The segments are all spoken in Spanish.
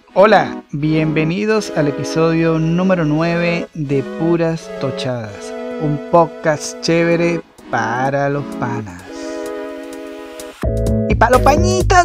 Hola, bienvenidos al episodio número 9 de Puras Tochadas, un podcast chévere para los panas. ¡Y para los pañitos!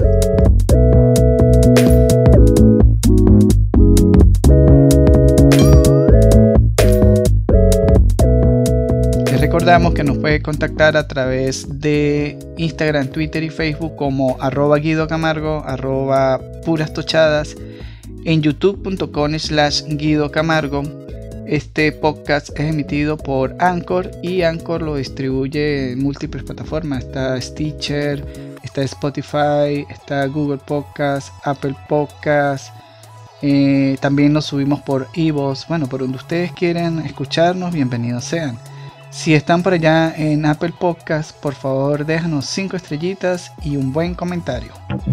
Les recordamos que nos puede contactar a través de Instagram, Twitter y Facebook como @Guido Camargo, @Purastochadas, en youtube.com/Guido Camargo. Este podcast es emitido por Anchor y Anchor lo distribuye en múltiples plataformas. Está Stitcher, está Spotify, está Google Podcast, Apple Podcast. También nos subimos por iVoox. Bueno, por donde ustedes quieran escucharnos, bienvenidos sean. Si están por allá en Apple Podcast, por favor déjanos 5 estrellitas y un buen comentario.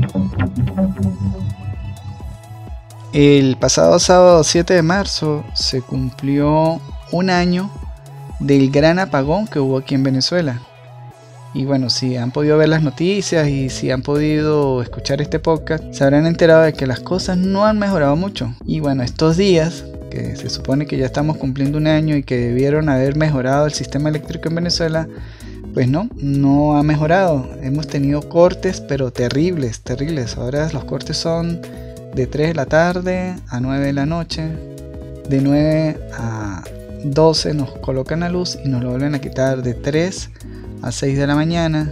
El pasado sábado 7 de marzo se cumplió un año del gran apagón que hubo aquí en Venezuela. Y bueno, si han podido ver las noticias y si han podido escuchar este podcast, se habrán enterado de que las cosas no han mejorado mucho. Y bueno, estos días, que se supone que ya estamos cumpliendo un año y que debieron haber mejorado el sistema eléctrico en Venezuela, pues no ha mejorado. Hemos tenido cortes, pero terribles. Ahora los cortes son de 3 de la tarde a 9 de la noche. De 9 a 12 nos colocan la luz y nos lo vuelven a quitar de 3 a 6 de la mañana.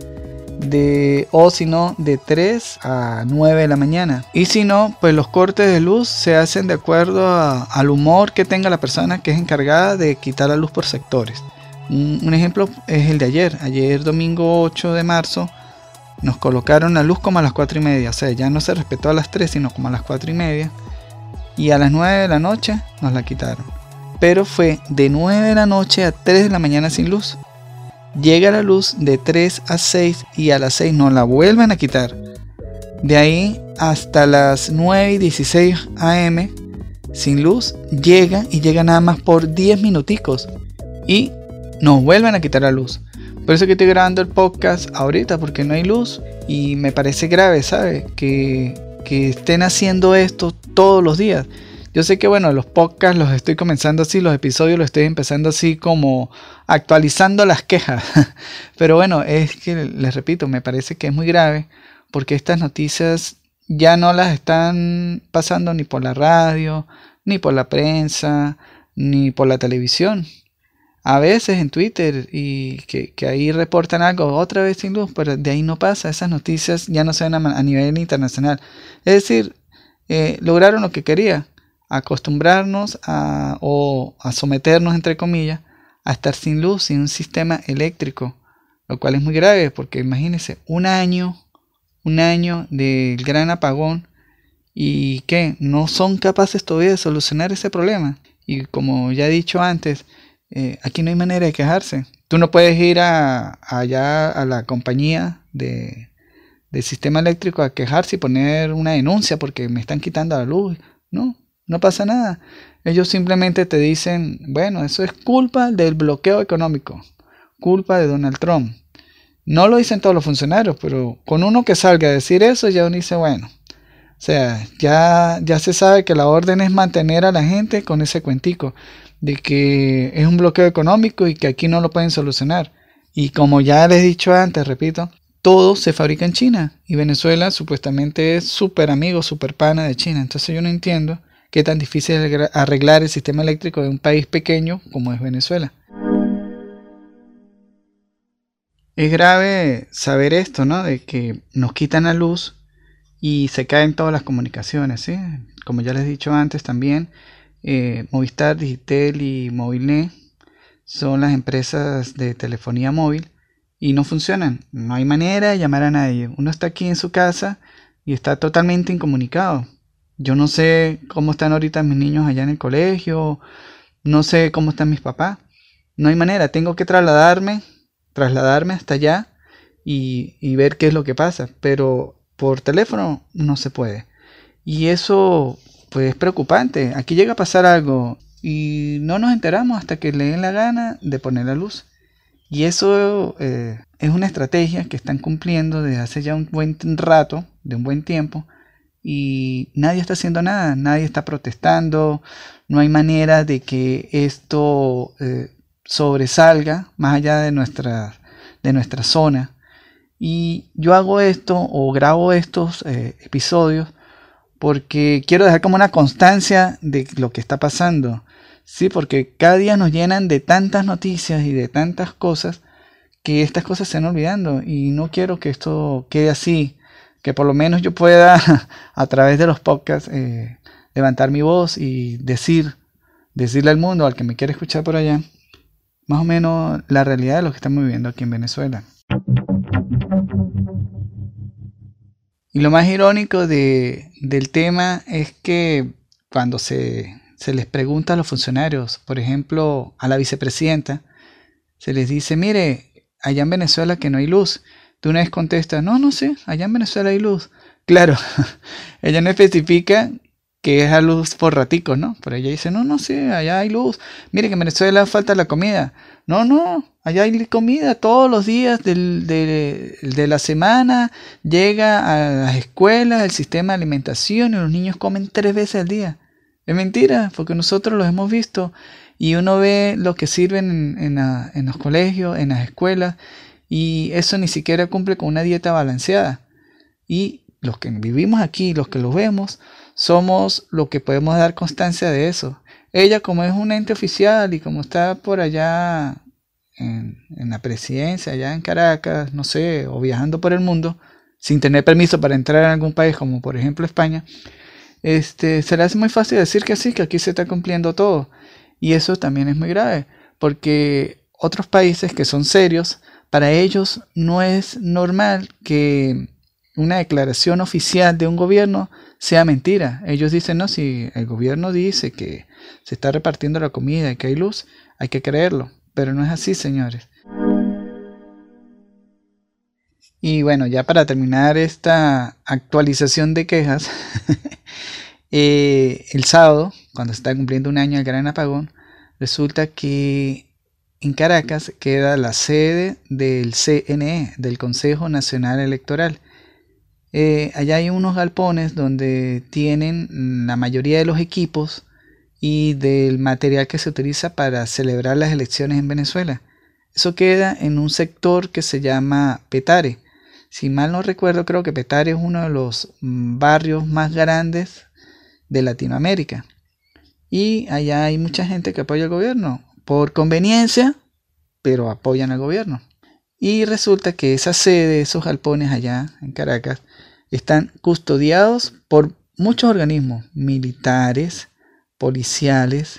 O si no, de 3 a 9 de la mañana. Y si no, pues los cortes de luz se hacen de acuerdo al humor que tenga la persona que es encargada de quitar la luz por sectores. Un ejemplo es el de ayer. Ayer domingo 8 de marzo nos colocaron la luz como a las 4:30. O sea, ya no se respetó a las 3, sino como a las 4:30. Y a las 9 de la noche nos la quitaron. Pero fue de 9 de la noche a 3 de la mañana sin luz. Llega la luz de 3 a 6 y a las 6 nos la vuelven a quitar. De ahí hasta las 9:16 am sin luz. Llega nada más por 10 minuticos. Y nos vuelven a quitar la luz. Por eso que estoy grabando el podcast ahorita, porque no hay luz. Y me parece grave, ¿sabes? Que estén haciendo esto todos los días. Yo sé que bueno, los podcasts los estoy comenzando así, los episodios los estoy empezando así como actualizando las quejas. Pero bueno, es que les repito, me parece que es muy grave, porque estas noticias ya no las están pasando ni por la radio, ni por la prensa, ni por la televisión. A veces en Twitter y que ahí reportan algo, otra vez sin luz, pero de ahí no pasa. Esas noticias ya no se ven a nivel internacional. Es decir, lograron lo que quería, acostumbrarnos a someternos, entre comillas, a estar sin luz, sin un sistema eléctrico, lo cual es muy grave, porque imagínense, un año del gran apagón y que no son capaces todavía de solucionar ese problema. Y como ya he dicho antes, aquí no hay manera de quejarse. Tú no puedes ir allá a la compañía del sistema eléctrico a quejarse y poner una denuncia porque me están quitando la luz. No pasa nada. Ellos simplemente te dicen, bueno, eso es culpa del bloqueo económico, culpa de Donald Trump. No lo dicen todos los funcionarios, pero con uno que salga a decir eso, ya uno dice, bueno, o sea, ya se sabe que la orden es mantener a la gente con ese cuentico de que es un bloqueo económico y que aquí no lo pueden solucionar. Y como ya les he dicho antes, repito, todo se fabrica en China y Venezuela supuestamente es súper amigo, súper pana de China. Entonces yo no entiendo qué tan difícil es arreglar el sistema eléctrico de un país pequeño como es Venezuela. Es grave saber esto, ¿no? De que nos quitan la luz y se caen todas las comunicaciones, ¿sí? Como ya les he dicho antes también, Movistar, Digitel y Movilnet son las empresas de telefonía móvil y no funcionan. No hay manera de llamar a nadie. Uno está aquí en su casa y está totalmente incomunicado. Yo no sé cómo están ahorita mis niños allá en el colegio. No sé cómo están mis papás. No hay manera. Tengo que trasladarme hasta allá y ver qué es lo que pasa. Pero por teléfono no se puede. Y eso pues es preocupante. Aquí llega a pasar algo y no nos enteramos hasta que le den la gana de poner la luz. Y eso es una estrategia que están cumpliendo desde hace ya un buen rato, de un buen tiempo, y nadie está haciendo nada, nadie está protestando, no hay manera de que esto sobresalga más allá de nuestra zona. Y yo hago esto o grabo estos episodios porque quiero dejar como una constancia de lo que está pasando. Sí, porque cada día nos llenan de tantas noticias y de tantas cosas que estas cosas se van olvidando, y no quiero que esto quede así, que por lo menos yo pueda a través de los podcasts levantar mi voz y decirle al mundo, al que me quiere escuchar por allá, más o menos la realidad de lo que estamos viviendo aquí en Venezuela. Y lo más irónico del tema es que cuando se les pregunta a los funcionarios, por ejemplo a la vicepresidenta, se les dice, mire, allá en Venezuela que no hay luz. De una vez contesta, no sé, allá en Venezuela hay luz. Claro, ella no especifica que es a luz por raticos, ¿no? Pero ella dice, no, sí, allá hay luz. Mire que en Venezuela falta la comida. No, allá hay comida todos los días de la semana. Llega a las escuelas el sistema de alimentación y los niños comen 3 veces al día. Es mentira, porque nosotros los hemos visto. Y uno ve lo que sirven en los colegios, en las escuelas, y eso ni siquiera cumple con una dieta balanceada. Y los que vivimos aquí, los que los vemos, somos los que podemos dar constancia de eso. Ella, como es un ente oficial y como está por allá en la presidencia, allá en Caracas, no sé, o viajando por el mundo, sin tener permiso para entrar en algún país, como por ejemplo España, se le hace muy fácil decir que sí, que aquí se está cumpliendo todo. Y eso también es muy grave, porque otros países que son serios, para ellos no es normal que una declaración oficial de un gobierno sea mentira. Ellos dicen, no, si el gobierno dice que se está repartiendo la comida y que hay luz, hay que creerlo. Pero no es así, señores. Y bueno, ya para terminar esta actualización de quejas, el sábado, cuando se está cumpliendo un año del gran apagón, resulta que en Caracas queda la sede del CNE, del Consejo Nacional Electoral. Allá hay unos galpones donde tienen la mayoría de los equipos y del material que se utiliza para celebrar las elecciones en Venezuela. Eso queda en un sector que se llama Petare. Si mal no recuerdo, creo que Petare es uno de los barrios más grandes de Latinoamérica. Y allá hay mucha gente que apoya al gobierno por conveniencia, pero apoyan al gobierno. Y resulta que esa sede, esos galpones allá en Caracas, están custodiados por muchos organismos militares, policiales,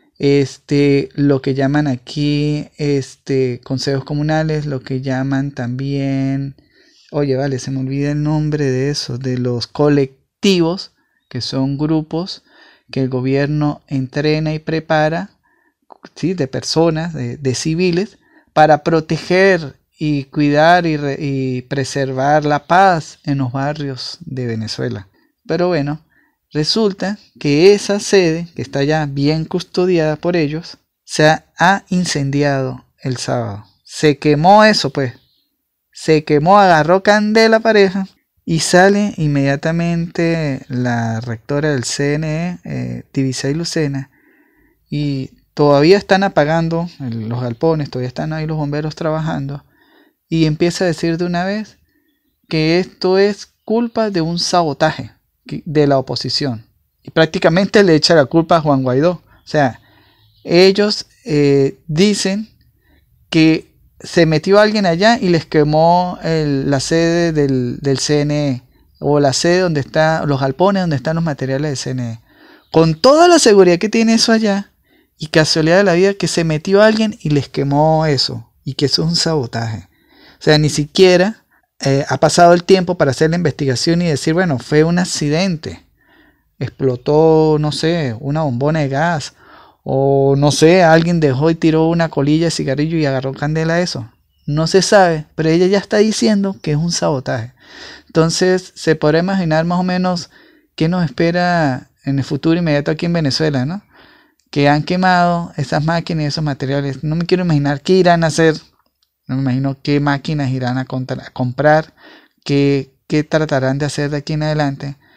lo que llaman aquí consejos comunales, lo que llaman también, oye, vale, se me olvida el nombre de eso, de los colectivos, que son grupos que el gobierno entrena y prepara, ¿sí?, de personas, de civiles, para proteger y cuidar y preservar la paz en los barrios de Venezuela. Pero bueno, resulta que esa sede, que está ya bien custodiada por ellos, se ha incendiado el sábado. Se quemó eso, pues. Se quemó, agarró candela pareja. Y sale inmediatamente la rectora del CNE, Tibisay Lucena, y todavía están apagando los galpones, todavía están ahí los bomberos trabajando, y empieza a decir de una vez que esto es culpa de un sabotaje de la oposición. Y prácticamente le echa la culpa a Juan Guaidó. O sea, ellos dicen que se metió alguien allá y les quemó la sede del CNE, o la sede donde están los galpones, donde están los materiales del CNE. Con toda la seguridad que tiene eso allá, y casualidad de la vida que se metió alguien y les quemó eso, y que eso es un sabotaje. O sea, ni siquiera ha pasado el tiempo para hacer la investigación y decir, bueno, fue un accidente, explotó, no sé, una bombona de gas, o no sé, alguien dejó y tiró una colilla de cigarrillo y agarró candela a eso. No se sabe, pero ella ya está diciendo que es un sabotaje. Entonces se podrá imaginar más o menos qué nos espera en el futuro inmediato aquí en Venezuela, ¿no? Que han quemado esas máquinas y esos materiales. No me quiero imaginar qué irán a hacer. No me imagino qué máquinas irán a comprar, qué tratarán de hacer de aquí en adelante.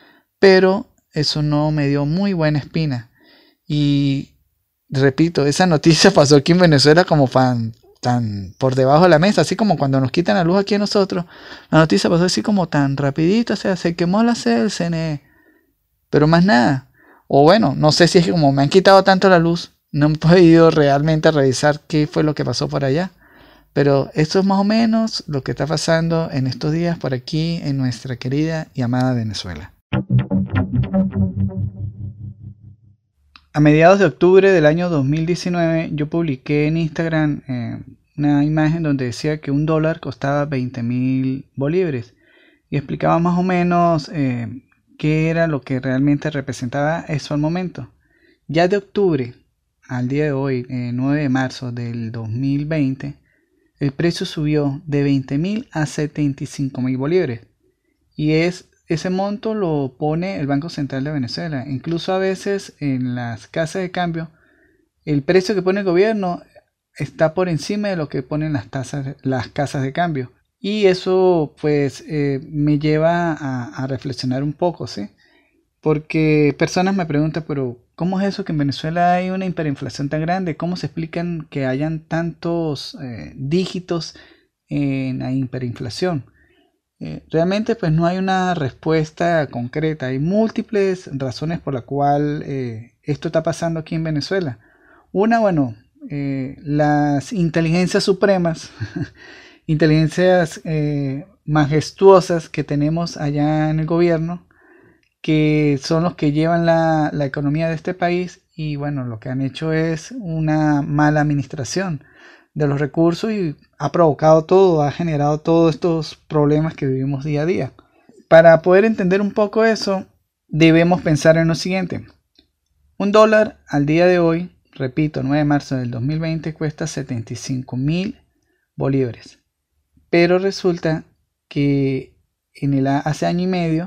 pero eso no me dio muy buena espina. Y repito, esa noticia pasó aquí en Venezuela como tan por debajo de la mesa, así como cuando nos quitan la luz aquí a nosotros. La noticia pasó así como tan rapidito, o sea, se quemó la sede del CNE, pero más nada. O bueno, no sé si es que como me han quitado tanto la luz, no he podido realmente revisar qué fue lo que pasó por allá. Pero esto es más o menos lo que está pasando en estos días por aquí en nuestra querida y amada Venezuela. A mediados de octubre del año 2019 yo publiqué en Instagram una imagen donde decía que un dólar costaba 20.000 bolívares y explicaba más o menos qué era lo que realmente representaba eso al momento. Ya de octubre al día de hoy, 9 de marzo del 2020, el precio subió de 20.000 a 75.000 bolívares y ese monto lo pone el Banco Central de Venezuela. Incluso a veces en las casas de cambio el precio que pone el gobierno está por encima de lo que ponen las casas de cambio. Y eso pues me lleva a reflexionar un poco, ¿sí? Porque personas me preguntan, pero ¿cómo es eso que en Venezuela hay una hiperinflación tan grande? ¿Cómo se explican que hayan tantos dígitos en la hiperinflación? Realmente pues no hay una respuesta concreta. Hay múltiples razones por la cual esto está pasando aquí en Venezuela. Una, bueno, las inteligencias supremas, inteligencias majestuosas que tenemos allá en el gobierno, que son los que llevan la economía de este país y bueno, lo que han hecho es una mala administración de los recursos y ha provocado todo, ha generado todos estos problemas que vivimos día a día. Para poder entender un poco eso, debemos pensar en lo siguiente. Un dólar al día de hoy, repito, 9 de marzo del 2020, cuesta 75.000 bolívares. Pero resulta que hace año y medio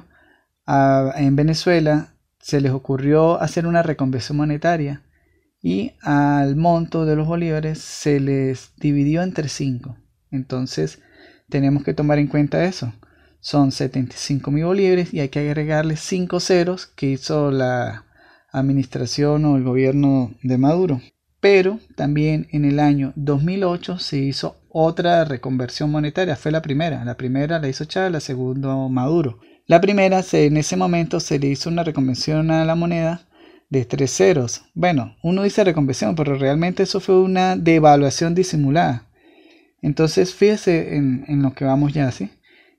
en Venezuela se les ocurrió hacer una reconversión monetaria y al monto de los bolívares se les dividió entre 5. Entonces tenemos que tomar en cuenta eso. Son 75.000 bolívares y hay que agregarle 5 ceros que hizo la administración o el gobierno de Maduro. Pero también en el año 2008 se hizo otra reconversión monetaria. Fue la primera. La primera la hizo Chávez, la segunda Maduro. La primera, en ese momento se le hizo una reconversión a la moneda de 3 ceros. Bueno, uno dice reconversión, pero realmente eso fue una devaluación disimulada. Entonces, fíjese en lo que vamos ya, ¿sí?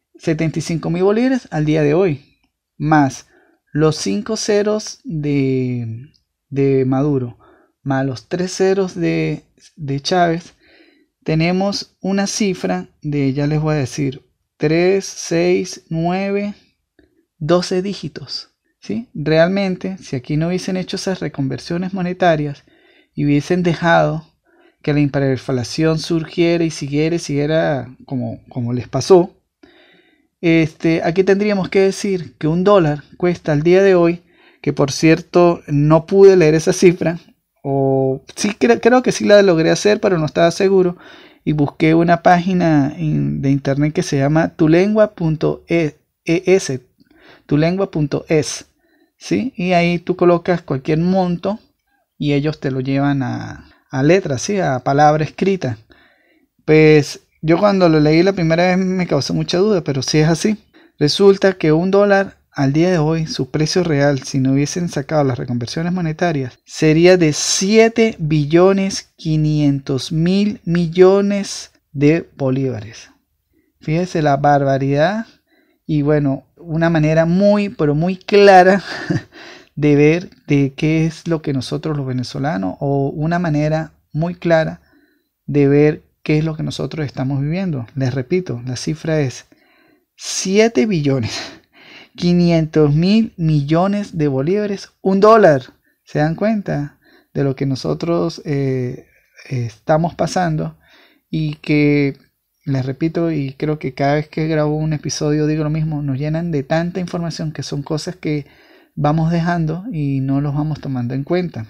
75.000 bolívares al día de hoy, más los 5 ceros de Maduro, más los 3 ceros de Chávez, tenemos una cifra de, ya les voy a decir, 3, 6, 9... 12 dígitos, ¿sí? Realmente, si aquí no hubiesen hecho esas reconversiones monetarias y hubiesen dejado que la hiperinflación surgiera y siguiera como les pasó, aquí tendríamos que decir que un dólar cuesta al día de hoy, que por cierto no pude leer esa cifra, o sí creo que sí la logré hacer, pero no estaba seguro, y busqué una página de internet que se llama tulengua.es, tulengua.es, ¿sí? Y ahí tú colocas cualquier monto y ellos te lo llevan a letras, ¿sí? A palabra escrita. Pues yo cuando lo leí la primera vez me causó mucha duda, pero sí es así. Resulta que un dólar al día de hoy, su precio real, si no hubiesen sacado las reconversiones monetarias, sería de 7.500.000.000.000 de bolívares. Fíjese la barbaridad. Y bueno, una manera muy, pero muy clara de ver de qué es lo que nosotros los venezolanos, o una manera muy clara de ver qué es lo que nosotros estamos viviendo. Les repito, la cifra es 7.500.000.000.000 de bolívares, un dólar. ¿Se dan cuenta de lo que nosotros estamos pasando? Y que, les repito, y creo que cada vez que grabo un episodio digo lo mismo, nos llenan de tanta información que son cosas que vamos dejando y no los vamos tomando en cuenta.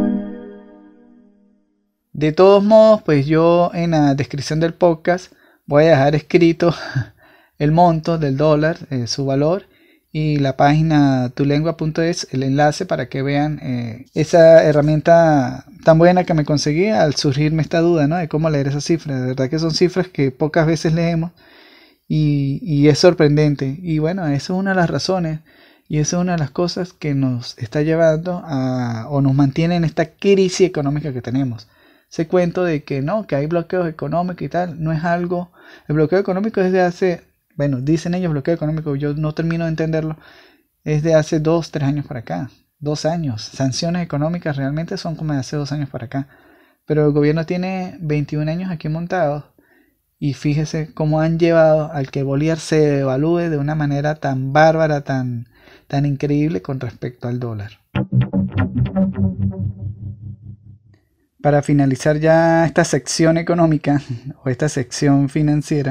De todos modos, pues yo en la descripción del podcast voy a dejar escrito el monto del dólar, su valor, y la página tulengua.es el enlace para que vean esa herramienta tan buena que me conseguí al surgirme esta duda, ¿no? De cómo leer esas cifras. De verdad que son cifras que pocas veces leemos y es sorprendente. Y bueno, eso es una de las razones y eso es una de las cosas que nos está llevando o nos mantiene en esta crisis económica que tenemos. Ese cuento de que no, que hay bloqueos económicos y tal, no es algo. El bloqueo económico es de hace, bueno, dicen ellos bloqueo económico, yo no termino de entenderlo, es de hace 2, 3 años para acá, 2 años. Sanciones económicas realmente son como de hace 2 años para acá. Pero el gobierno tiene 21 años aquí montados y fíjese cómo han llevado al que Bolívar se devalúe de una manera tan bárbara, tan increíble con respecto al dólar. Para finalizar ya esta sección económica o esta sección financiera,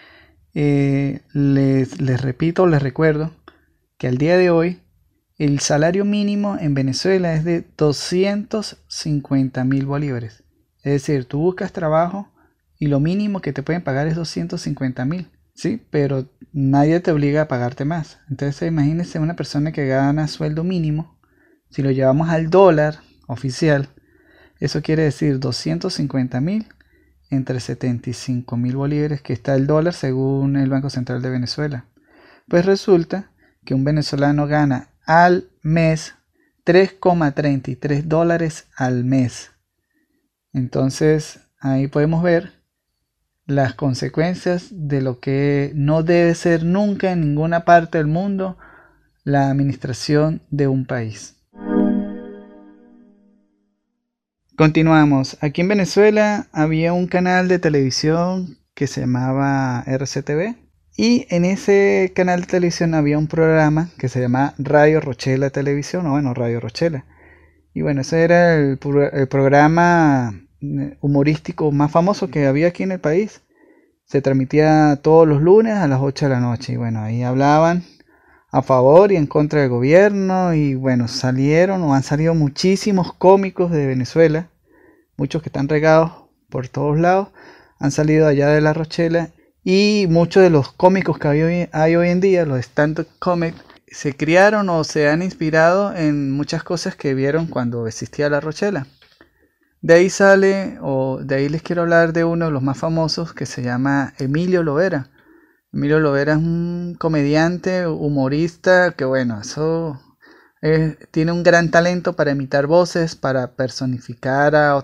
les repito, les recuerdo que al día de hoy el salario mínimo en Venezuela es de 250.000 bolívares. Es decir, tú buscas trabajo y lo mínimo que te pueden pagar es 250.000, ¿sí? Pero nadie te obliga a pagarte más. Entonces imagínense una persona que gana sueldo mínimo, si lo llevamos al dólar oficial, eso quiere decir 250.000 entre 75.000 bolívares que está el dólar según el Banco Central de Venezuela. Pues resulta que un venezolano gana al mes 3,33 dólares al mes. Entonces ahí podemos ver las consecuencias de lo que no debe ser nunca en ninguna parte del mundo la administración de un país. Continuamos. Aquí en Venezuela había un canal de televisión que se llamaba RCTV y en ese canal de televisión había un programa que se llamaba Radio Rochela Televisión, o bueno, Radio Rochela. Y bueno, ese era el programa humorístico más famoso que había aquí en el país. Se transmitía todos los lunes a las 8 de la noche y bueno, ahí hablaban a favor y en contra del gobierno y bueno, salieron o han salido muchísimos cómicos de Venezuela, muchos que están regados por todos lados, han salido allá de La Rochela y muchos de los cómicos que hay hoy en día, los stand-up comics, se criaron o se han inspirado en muchas cosas que vieron cuando existía La Rochela. De ahí sale, o de ahí les quiero hablar de uno de los más famosos que se llama Emilio Lovera. Emilio Lovera es un comediante, humorista, que bueno, tiene un gran talento para imitar voces, para personificar a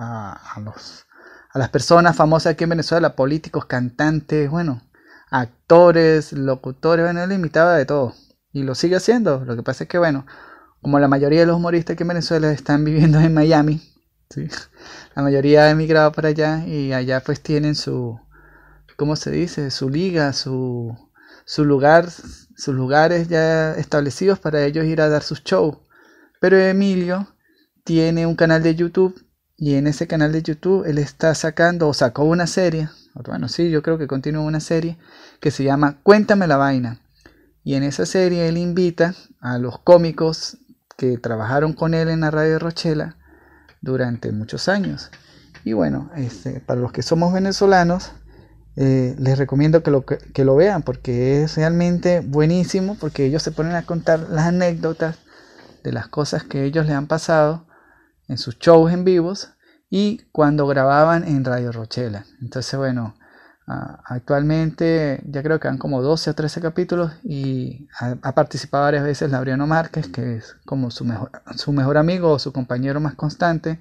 las personas famosas aquí en Venezuela, políticos, cantantes, bueno, actores, locutores, bueno, él imitaba de todo y lo sigue haciendo. Lo que pasa es que bueno, como la mayoría de los humoristas aquí en Venezuela están viviendo en Miami, ¿sí? La mayoría ha emigrado para allá y allá pues tienen ¿cómo se dice? Su liga, su lugar, sus lugares ya establecidos para ellos ir a dar sus shows. Pero Emilio tiene un canal de YouTube y en ese canal de YouTube él está sacó una serie, bueno sí, yo creo que continúa una serie que se llama Cuéntame la Vaina. Y en esa serie él invita a los cómicos que trabajaron con él en la Radio Rochela durante muchos años. Y bueno, para los que somos venezolanos, les recomiendo que lo vean porque es realmente buenísimo, porque ellos se ponen a contar las anécdotas de las cosas que ellos les han pasado en sus shows en vivos y cuando grababan en Radio Rochela. Entonces bueno, actualmente ya creo que han como 12 o 13 capítulos y ha participado varias veces Laureano Márquez, que es como su mejor amigo o su compañero más constante.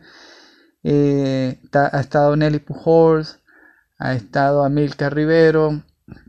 Ha estado Nelly Pujols, ha estado Amílcar Rivero,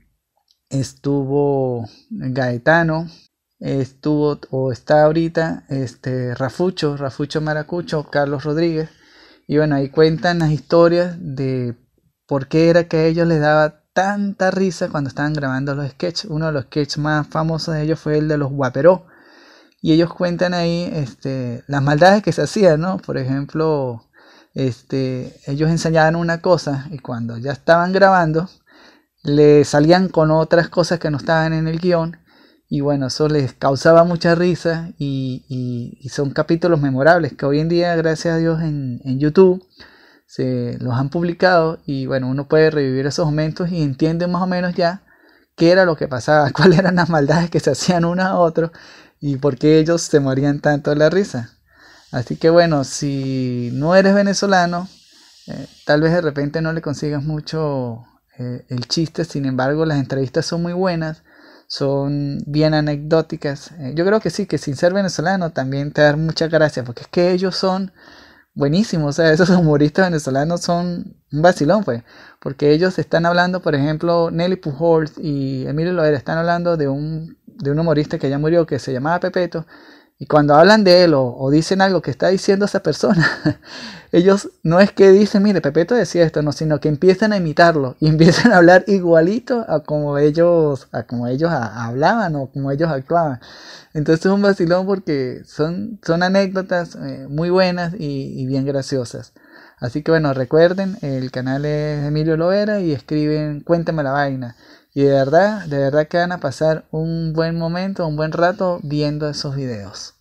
estuvo Gaetano, está ahorita Rafucho Maracucho, Carlos Rodríguez, y bueno, ahí cuentan las historias de por qué era que a ellos les daba tanta risa cuando estaban grabando los sketches. Uno de los sketches más famosos de ellos fue el de los guaperó, y ellos cuentan ahí las maldades que se hacían, ¿no? Por ejemplo, ellos enseñaban una cosa y cuando ya estaban grabando le salían con otras cosas que no estaban en el guión y bueno, eso les causaba mucha risa y son capítulos memorables que hoy en día, gracias a Dios, en YouTube se los han publicado y bueno, uno puede revivir esos momentos y entiende más o menos ya qué era lo que pasaba, cuáles eran las maldades que se hacían uno a otro y por qué ellos se morían tanto de la risa. Así que bueno, si no eres venezolano, tal vez de repente no le consigas mucho el chiste. Sin embargo, las entrevistas son muy buenas, son bien anecdóticas. Yo creo que sí, que sin ser venezolano también te da muchas gracias, porque es que ellos son buenísimos. O sea, esos humoristas venezolanos son un vacilón, pues, porque ellos están hablando, por ejemplo, Nelly Pujols y Emilio Loera están hablando de un humorista que ya murió, que se llamaba Pepeto. Y cuando hablan de él o dicen algo que está diciendo esa persona, ellos no es que dicen, mire, Pepeto decía esto, no, sino que empiezan a imitarlo y empiezan a hablar igualito a como ellos hablaban o como ellos actuaban. Entonces es un vacilón porque son anécdotas muy buenas y bien graciosas. Así que bueno, recuerden, el canal es Emilio Loera y escriben Cuéntame la Vaina. Y de verdad que van a pasar un buen momento, un buen rato viendo esos videos.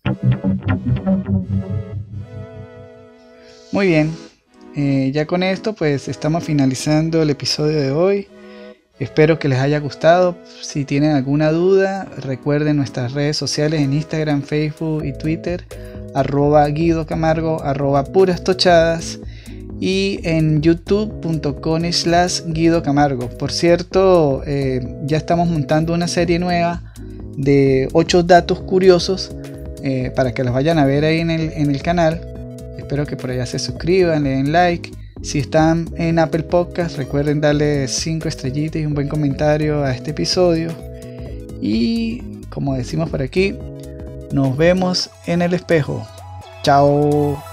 Muy bien, ya con esto pues estamos finalizando el episodio de hoy. Espero que les haya gustado. Si tienen alguna duda, recuerden nuestras redes sociales en Instagram, Facebook y Twitter, @Guido Camargo, @purastochadas. Y en youtube.com/Guido Camargo. Por cierto, ya estamos montando una serie nueva de 8 datos curiosos para que los vayan a ver ahí en el canal. Espero que por allá se suscriban, le den like. Si están en Apple Podcast, recuerden darle 5 estrellitas y un buen comentario a este episodio. Y como decimos por aquí, nos vemos en el espejo. Chao.